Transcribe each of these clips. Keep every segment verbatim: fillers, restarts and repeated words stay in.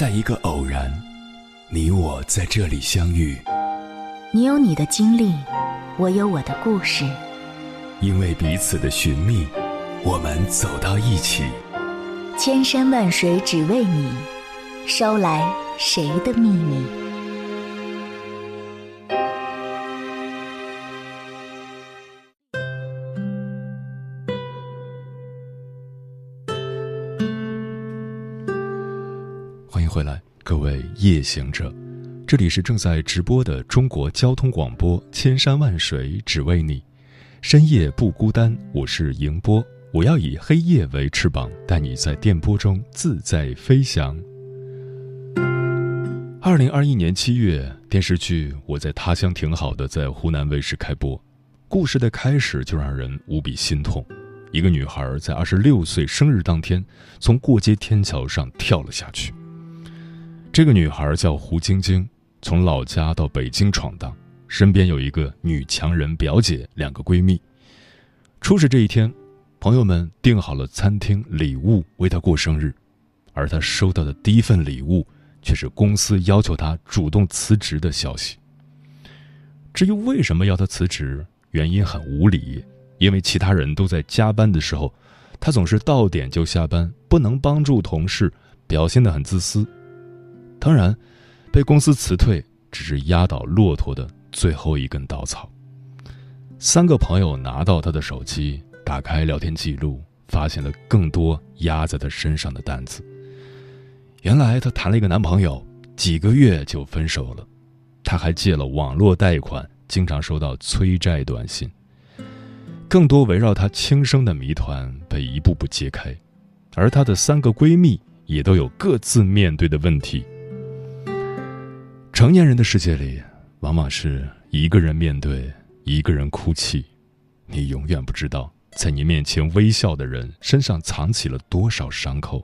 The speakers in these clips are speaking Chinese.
在一个偶然，你我在这里相遇。 你有你的经历，我有我的故事。 因为彼此的寻觅，我们走到一起。 千山万水只为你，捎来谁的秘密？ 欢迎回来，各位夜行者，这里是正在直播的中国交通广播，千山万水只为你，深夜不孤单。我是迎波，我要以黑夜为翅膀，带你在电波中自在飞翔。二零二一年七月，电视剧《我在他乡挺好的》在湖南卫视开播。故事的开始就让人无比心痛，一个女孩在二十六岁生日当天，从过街天桥上跳了下去。这个女孩叫胡晶晶，从老家到北京闯荡，身边有一个女强人表姐，两个闺蜜。初始这一天，朋友们订好了餐厅礼物为她过生日，而她收到的第一份礼物却是公司要求她主动辞职的消息。至于为什么要她辞职，原因很无理，因为其他人都在加班的时候，她总是到点就下班，不能帮助同事，表现得很自私。当然，被公司辞退只是压倒骆驼的最后一根稻草。三个朋友拿到他的手机，打开聊天记录，发现了更多压在他身上的担子。原来他谈了一个男朋友，几个月就分手了。他还借了网络贷款，经常收到催债短信。更多围绕他轻生的谜团被一步步揭开，而他的三个闺蜜也都有各自面对的问题。成年人的世界里，往往是一个人面对，一个人哭泣。你永远不知道，在你面前微笑的人身上藏起了多少伤口。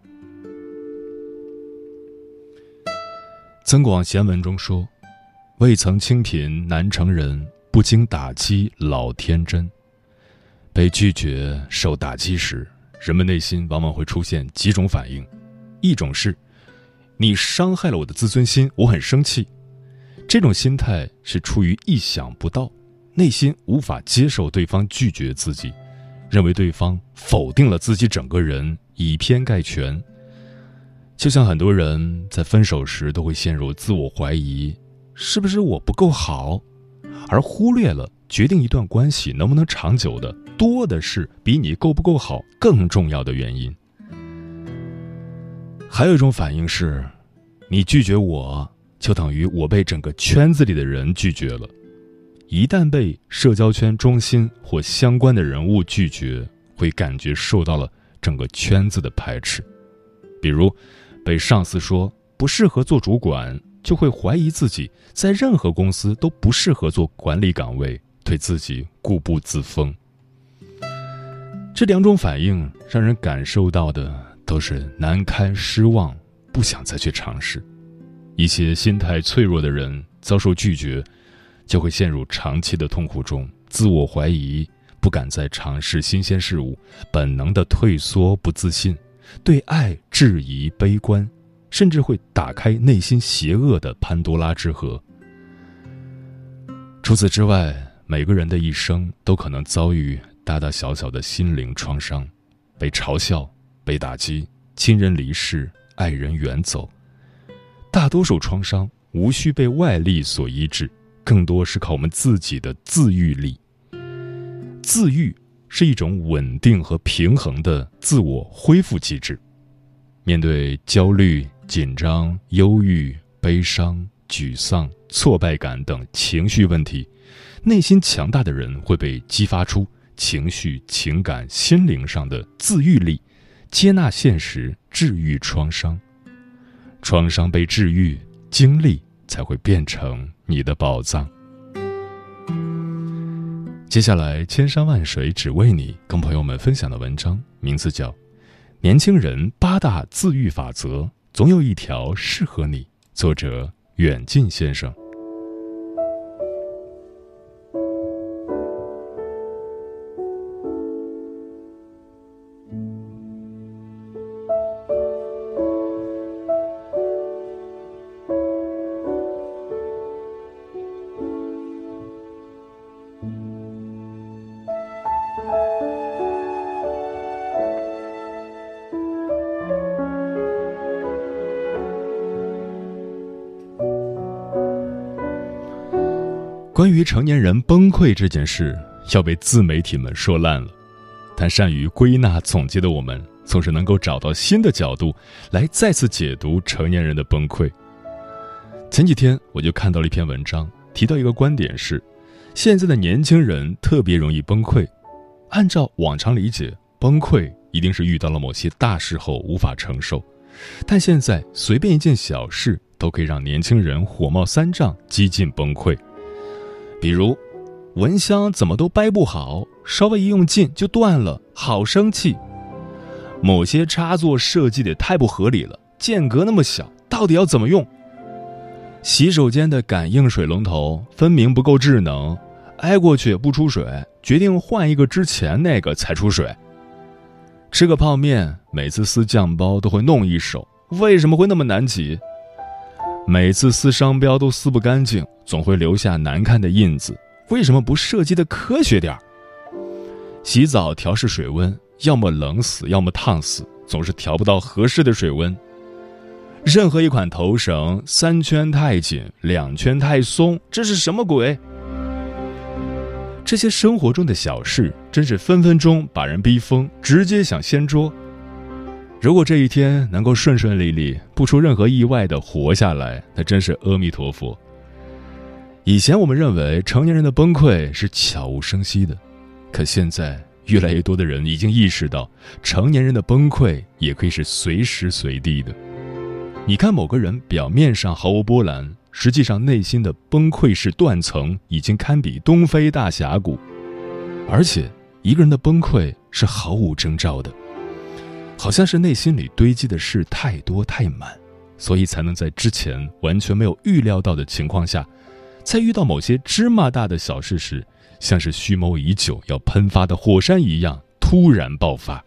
增广贤文中说，未曾清贫难成人，不经打击老天真。被拒绝受打击时，人们内心往往会出现几种反应。一种是，你伤害了我的自尊心，我很生气。这种心态是出于意想不到，内心无法接受对方拒绝自己，认为对方否定了自己整个人，以偏概全。就像很多人在分手时都会陷入自我怀疑，是不是我不够好，而忽略了决定一段关系能不能长久的多的是比你够不够好更重要的原因。还有一种反应是，你拒绝我，就等于我被整个圈子里的人拒绝了。一旦被社交圈中心或相关的人物拒绝，会感觉受到了整个圈子的排斥。比如被上司说不适合做主管，就会怀疑自己在任何公司都不适合做管理岗位，对自己固步自封。这两种反应让人感受到的都是难堪、失望，不想再去尝试。一些心态脆弱的人遭受拒绝，就会陷入长期的痛苦中，自我怀疑，不敢再尝试新鲜事物，本能的退缩不自信，对爱质疑悲观，甚至会打开内心邪恶的潘多拉之盒。除此之外，每个人的一生都可能遭遇大大小小的心灵创伤，被嘲笑，被打击，亲人离世，爱人远走。大多数创伤无需被外力所医治，更多是靠我们自己的自愈力。自愈是一种稳定和平衡的自我恢复机制。面对焦虑、紧张、忧郁、悲伤、沮丧、挫败感等情绪问题，内心强大的人会被激发出情绪、情感、心灵上的自愈力，接纳现实，治愈创伤。创伤被治愈，经历才会变成你的宝藏。接下来，千山万水只为你，跟朋友们分享的文章名字叫《年轻人八大自愈法则》，总有一条适合你。作者远近先生。 关于成年人崩溃这件事，要被自媒体们说烂了，但善于归纳总结的我们，总是能够找到新的角度来再次解读成年人的崩溃。前几天我就看到了一篇文章，提到一个观点是，现在的年轻人特别容易崩溃。按照往常理解，崩溃一定是遇到了某些大事后无法承受，但现在随便一件小事都可以让年轻人火冒三丈，几近崩溃。比如蚊香怎么都掰不好，稍微一用劲就断了，好生气。某些插座设计得太不合理了，间隔那么小，到底要怎么用？洗手间的感应水龙头分明不够智能，挨过去不出水，决定换一个之前那个才出水。吃个泡面，每次撕酱包都会弄一手，为什么会那么难挤？每次撕商标都撕不干净，总会留下难看的印子，为什么不设计的科学点？洗澡调试水温，要么冷死，要么烫死，总是调不到合适的水温。任何一款头绳，三圈太紧，两圈太松，这是什么鬼？这些生活中的小事，真是分分钟把人逼疯，直接想掀桌。如果这一天能够顺顺利利，不出任何意外的活下来，那真是阿弥陀佛。以前我们认为成年人的崩溃是悄无声息的，可现在越来越多的人已经意识到，成年人的崩溃也可以是随时随地的。你看某个人表面上毫无波澜，实际上内心的崩溃式断层已经堪比东非大峡谷。而且一个人的崩溃是毫无征兆的，好像是内心里堆积的事太多太满，所以才能在之前完全没有预料到的情况下，在遇到某些芝麻大的小事时，像是蓄谋已久要喷发的火山一样突然爆发。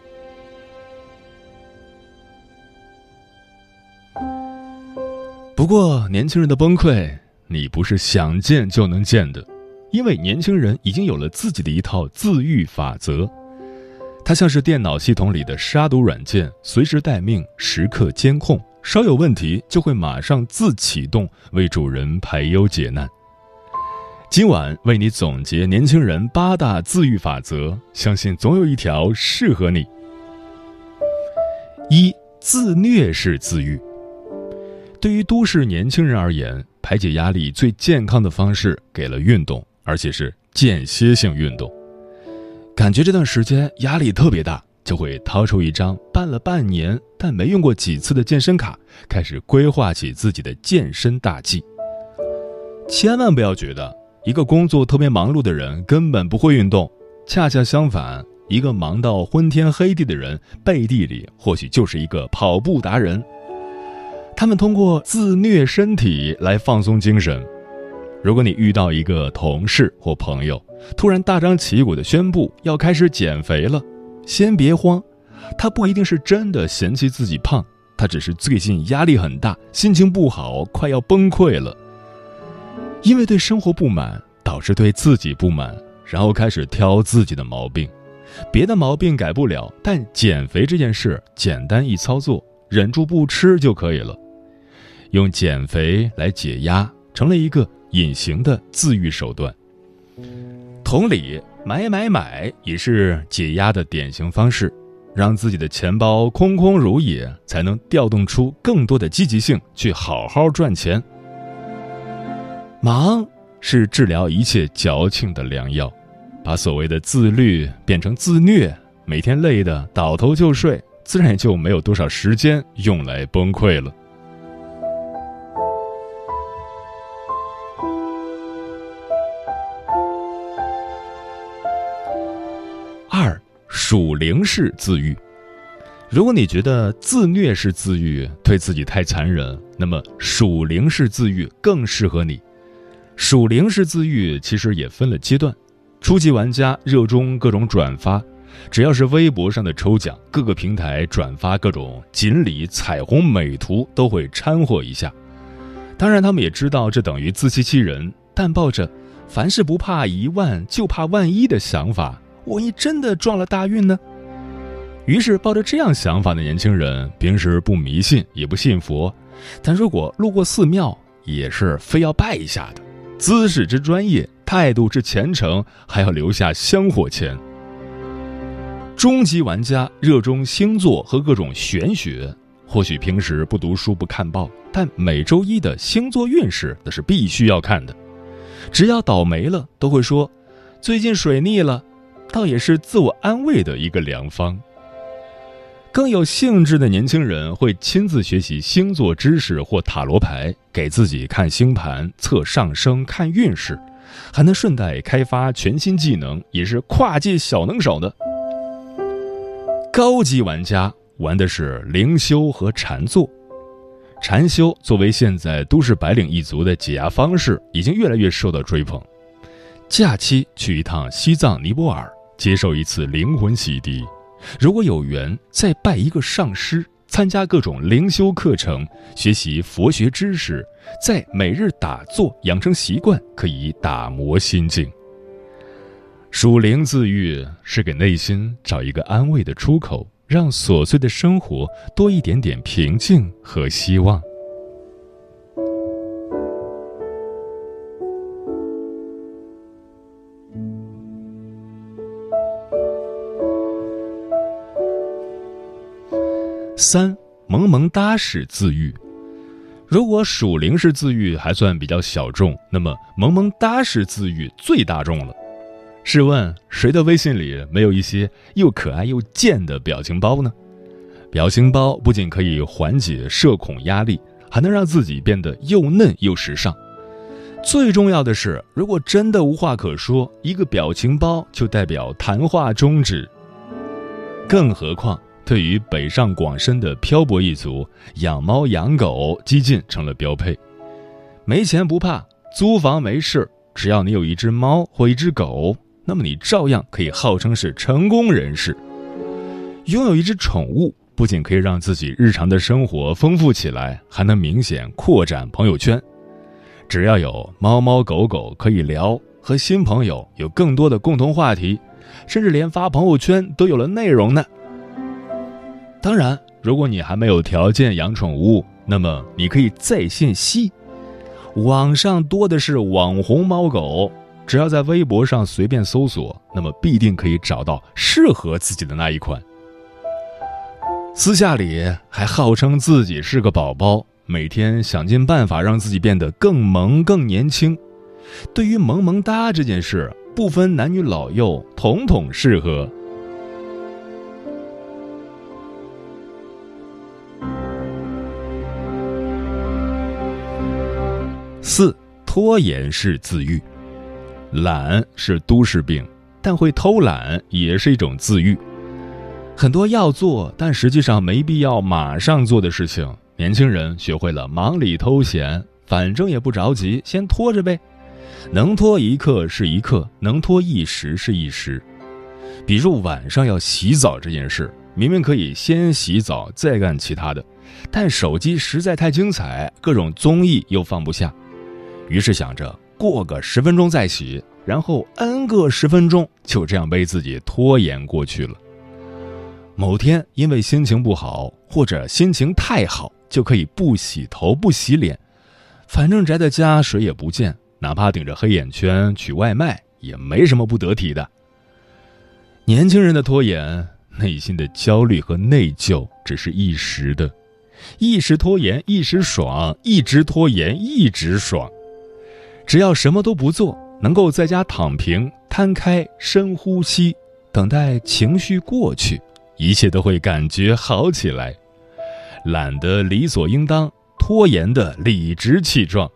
不过年轻人的崩溃，你不是想见就能见的，因为年轻人已经有了自己的一套自愈法则。它像是电脑系统里的杀毒软件，随时待命，时刻监控，稍有问题就会马上自启动，为主人排忧解难。今晚为你总结年轻人八大自愈法则，相信总有一条适合你。一、自虐式自愈。对于都市年轻人而言，排解压力最健康的方式给了运动，而且是间歇性运动。感觉这段时间压力特别大，就会掏出一张办了半年但没用过几次的健身卡，开始规划起自己的健身大计。千万不要觉得一个工作特别忙碌的人根本不会运动，恰恰相反，一个忙到昏天黑地的人，背地里或许就是一个跑步达人。他们通过自虐身体来放松精神。如果你遇到一个同事或朋友，突然大张旗鼓地宣布要开始减肥了，先别慌，他不一定是真的嫌弃自己胖，他只是最近压力很大，心情不好，快要崩溃了。因为对生活不满，导致对自己不满，然后开始挑自己的毛病。别的毛病改不了，但减肥这件事简单易操作，忍住不吃就可以了。用减肥来解压，成了一个隐形的自愈手段。同理，买买买也是解压的典型方式，让自己的钱包空空如也，才能调动出更多的积极性去好好赚钱。忙是治疗一切矫情的良药，把所谓的自律变成自虐，每天累得倒头就睡，自然也就没有多少时间用来崩溃了。二、属灵式自愈。如果你觉得自虐式自愈对自己太残忍，那么属灵式自愈更适合你。属灵式自愈其实也分了阶段，初级玩家热衷各种转发，只要是微博上的抽奖，各个平台转发各种锦鲤、彩虹美图都会掺和一下。当然他们也知道这等于自欺欺人，但抱着凡事不怕一万就怕万一的想法，万一真的撞了大运呢？于是抱着这样想法的年轻人，平时不迷信也不信佛，但如果路过寺庙，也是非要拜一下的。 姿势之专业，态度之虔诚，还要留下香火钱。中级玩家热衷星座和各种玄学，或许平时不读书不看报，但每周一的星座运势那是必须要看的。只要倒霉了，都会说最近水逆了，倒也是自我安慰的一个良方。更有兴致的年轻人会亲自学习星座知识或塔罗牌，给自己看星盘、测上升、看运势，还能顺带开发全新技能，也是跨界小能手的。高级玩家玩的是灵修和禅坐。禅修作为现在都市白领一族的解压方式，已经越来越受到追捧。假期去一趟西藏尼泊尔，接受一次灵魂洗涤。如果有缘，再拜一个上师，参加各种灵修课程，学习佛学知识，再每日打坐，养成习惯，可以打磨心境。属灵自愈是给内心找一个安慰的出口，让琐碎的生活多一点点平静和希望。三，萌萌哒式自愈。如果属灵式自愈还算比较小众，那么萌萌哒式自愈最大众了。试问谁的微信里没有一些又可爱又贱的表情包呢？表情包不仅可以缓解社恐压力，还能让自己变得又嫩又时尚。最重要的是，如果真的无话可说，一个表情包就代表谈话终止。更何况对于北上广深的漂泊一族，养猫养狗激进成了标配。没钱不怕，租房没事，只要你有一只猫或一只狗，那么你照样可以号称是成功人士。拥有一只宠物，不仅可以让自己日常的生活丰富起来，还能明显扩展朋友圈。只要有猫猫狗狗可以聊，和新朋友有更多的共同话题，甚至连发朋友圈都有了内容呢。当然，如果你还没有条件养宠物，那么你可以在线吸。网上多的是网红猫狗，只要在微博上随便搜索，那么必定可以找到适合自己的那一款。私下里还号称自己是个宝宝，每天想尽办法让自己变得更萌更年轻。对于萌萌哒这件事，不分男女老幼，统统适合。四，拖延式自愈。懒是都市病，但会偷懒也是一种自愈。很多要做但实际上没必要马上做的事情，年轻人学会了忙里偷闲，反正也不着急，先拖着呗。能拖一刻是一刻，能拖一时是一时。比如晚上要洗澡这件事，明明可以先洗澡再干其他的，但手机实在太精彩，各种综艺又放不下，于是想着过个十分钟再洗，然后 N 个十分钟就这样被自己拖延过去了。某天因为心情不好，或者心情太好，就可以不洗头不洗脸，反正宅在家谁也不见，哪怕顶着黑眼圈取外卖也没什么不得体的。年轻人的拖延，内心的焦虑和内疚只是一时的，一时拖延一时爽，一直拖延一直爽。只要什么都不做，能够在家躺平，摊开深呼吸，等待情绪过去，一切都会感觉好起来。懒得理所应当，拖延的理直气壮。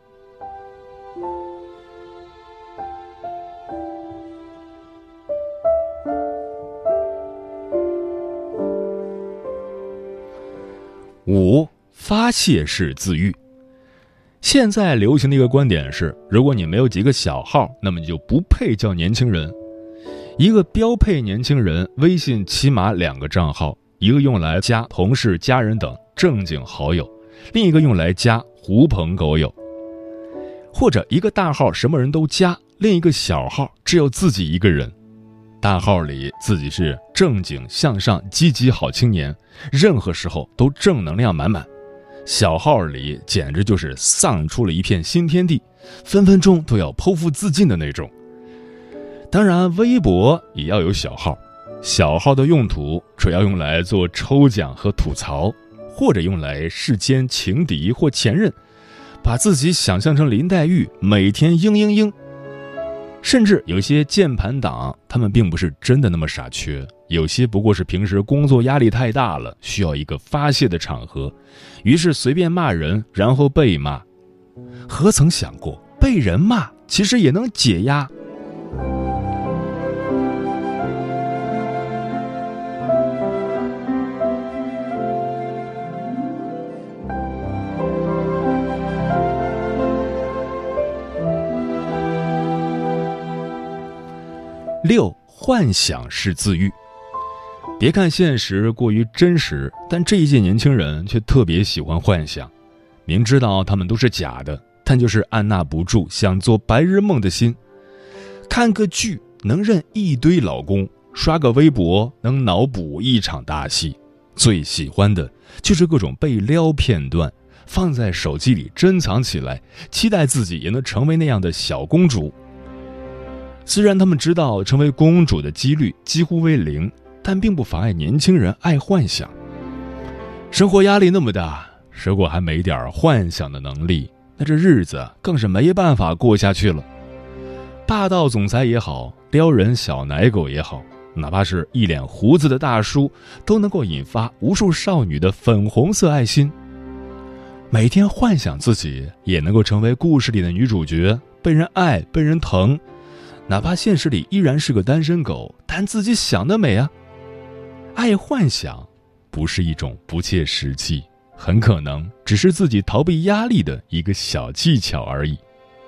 五，发泄式自愈。现在流行的一个观点是，如果你没有几个小号，那么你就不配叫年轻人。一个标配年轻人微信起码两个账号，一个用来加同事家人等正经好友，另一个用来加狐朋狗友。或者一个大号什么人都加，另一个小号只有自己一个人。大号里自己是正经向上积极好青年，任何时候都正能量满满。 小号里简直就是丧出了一片新天地，分分钟都要剖腹自尽的那种。当然，微博也要有小号，小号的用途主要用来做抽奖和吐槽，或者用来世间情敌或前任，把自己想象成林黛玉，每天嘤嘤嘤。甚至有些键盘党，他们并不是真的那么傻缺，有些不过是平时工作压力太大了，需要一个发泄的场合，于是随便骂人，然后被骂。何曾想过，被人骂其实也能解压。六，幻想式自愈。别看现实过于真实，但这一届年轻人却特别喜欢幻想，明知道他们都是假的，但就是按捺不住想做白日梦的心。看个剧能认一堆老公，刷个微博能脑补一场大戏，最喜欢的就是各种被撩片段，放在手机里珍藏起来，期待自己也能成为那样的小公主。虽然他们知道成为公主的几率几乎为零，但并不妨碍年轻人爱幻想。生活压力那么大，如果还没点幻想的能力，那这日子更是没办法过下去了。霸道总裁也好，撩人小奶狗也好，哪怕是一脸胡子的大叔，都能够引发无数少女的粉红色爱心。每天幻想自己也能够成为故事里的女主角，被人爱，被人疼，哪怕现实里依然是个单身狗，但自己想得美啊！爱幻想不是一种不切实际，很可能只是自己逃避压力的一个小技巧而已。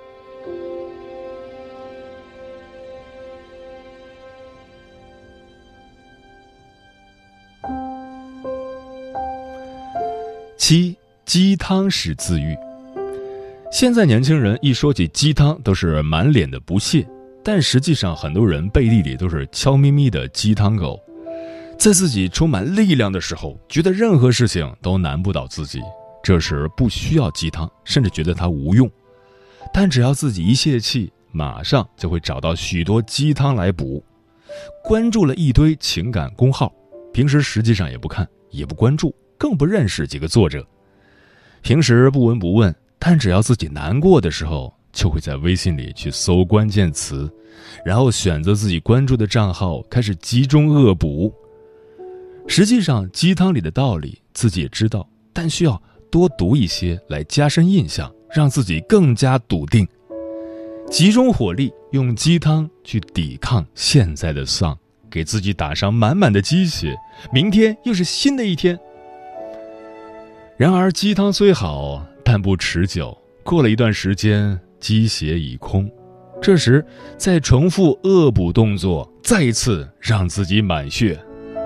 七，鸡汤式自愈。现在年轻人一说起鸡汤都是满脸的不屑，但实际上很多人背地里都是悄咪咪的鸡汤狗，在自己充满力量的时候，觉得任何事情都难不倒自己，这时不需要鸡汤，甚至觉得它无用。但只要自己一泄气，马上就会找到许多鸡汤来补。关注了一堆情感公号，平时实际上也不看，也不关注，更不认识几个作者。平时不闻不问，但只要自己难过的时候，就会在微信里去搜关键词，然后选择自己关注的账号，开始集中恶补。实际上鸡汤里的道理自己也知道，但需要多读一些来加深印象，让自己更加笃定。集中火力，用鸡汤去抵抗现在的丧，给自己打上满满的鸡血，明天又是新的一天。然而鸡汤虽好，但不持久，过了一段时间，鸡血已空，这时再重复恶补动作，再一次让自己满血。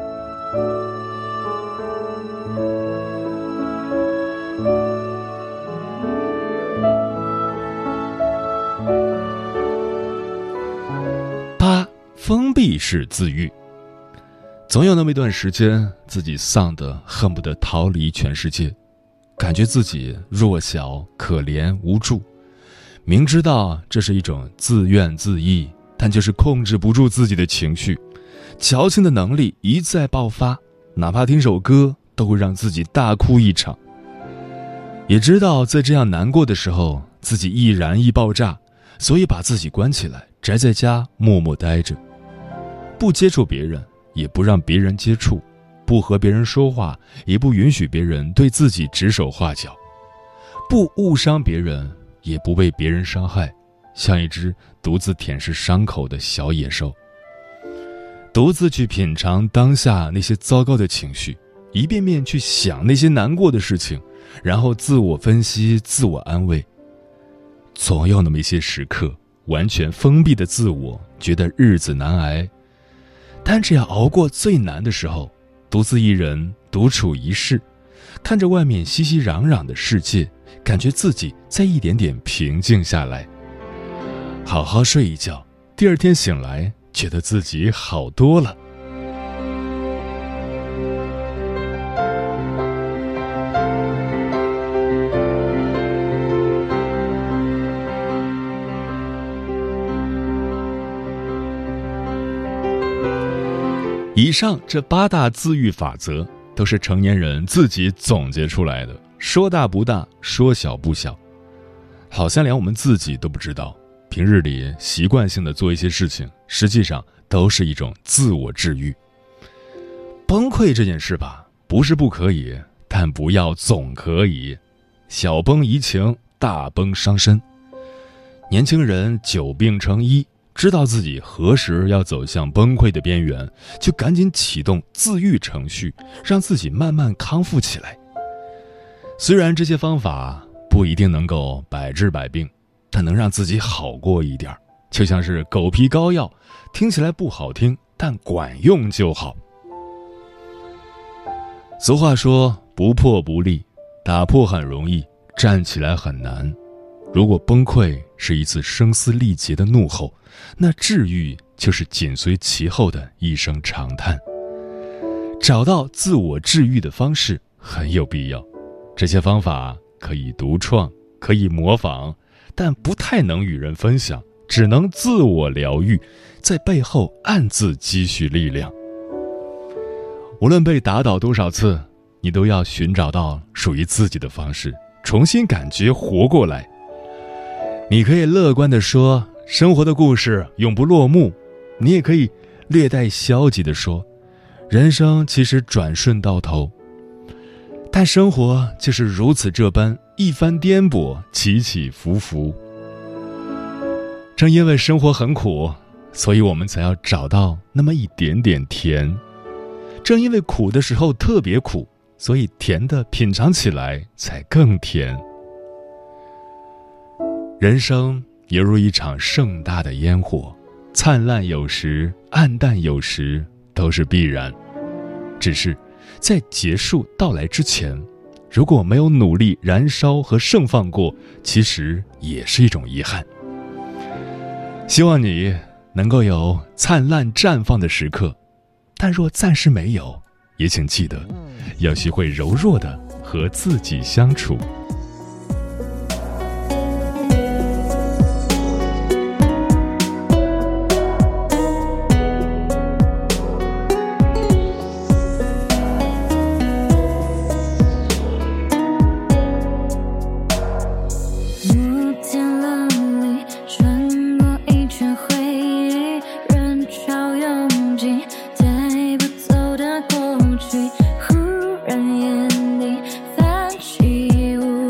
八，封闭式自愈。总有那么一段时间，自己丧得恨不得逃离全世界，感觉自己弱小、可怜、无助。明知道这是一种自怨自艾，但就是控制不住自己的情绪，矫情的能力一再爆发，哪怕听首歌都会让自己大哭一场。也知道在这样难过的时候，自己易燃易爆炸，所以把自己关起来，宅在家默默待着，不接触别人，也不让别人接触，不和别人说话，也不允许别人对自己指手画脚，不误伤别人，也不被别人伤害，像一只独自舔舐伤口的小野兽，独自去品尝当下那些糟糕的情绪，一遍遍去想那些难过的事情，然后自我分析，自我安慰。总有那么一些时刻，完全封闭的自我觉得日子难挨，但只要熬过最难的时候，独自一人独处一室，看着外面熙熙攘攘的世界，感觉自己在一点点平静下来，好好睡一觉，第二天醒来觉得自己好多了。 以上这八大自愈法则都是成年人自己总结出来的，说大不大，说小不小，好像连我们自己都不知道。平日里习惯性的做一些事情，实际上都是一种自我治愈。崩溃这件事吧，不是不可以，但不要总可以。小崩怡情，大崩伤身。年轻人久病成医，知道自己何时要走向崩溃的边缘，就赶紧启动自愈程序，让自己慢慢康复起来。虽然这些方法不一定能够百治百病，但能让自己好过一点，就像是狗皮膏药，听起来不好听，但管用就好。俗话说，不破不立，打破很容易，站起来很难。如果崩溃是一次声嘶力竭的怒吼，那治愈就是紧随其后的一声长叹。找到自我治愈的方式很有必要，这些方法可以独创，可以模仿，但不太能与人分享，只能自我疗愈，在背后暗自积蓄力量。无论被打倒多少次，你都要寻找到属于自己的方式，重新感觉活过来。你可以乐观地说，生活的故事永不落幕，你也可以略带消极地说，人生其实转瞬到头。但生活就是如此这般一番颠簸，起起伏伏。正因为生活很苦，所以我们才要找到那么一点点甜。正因为苦的时候特别苦，所以甜的品尝起来才更甜。人生犹如一场盛大的烟火，灿烂有时，暗淡有时，都是必然。只是在结束到来之前，如果没有努力燃烧和盛放过，其实也是一种遗憾。希望你能够有灿烂绽放的时刻，但若暂时没有，也请记得要学会柔弱地和自己相处。 忽然眼里泛起雾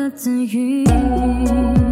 各自语。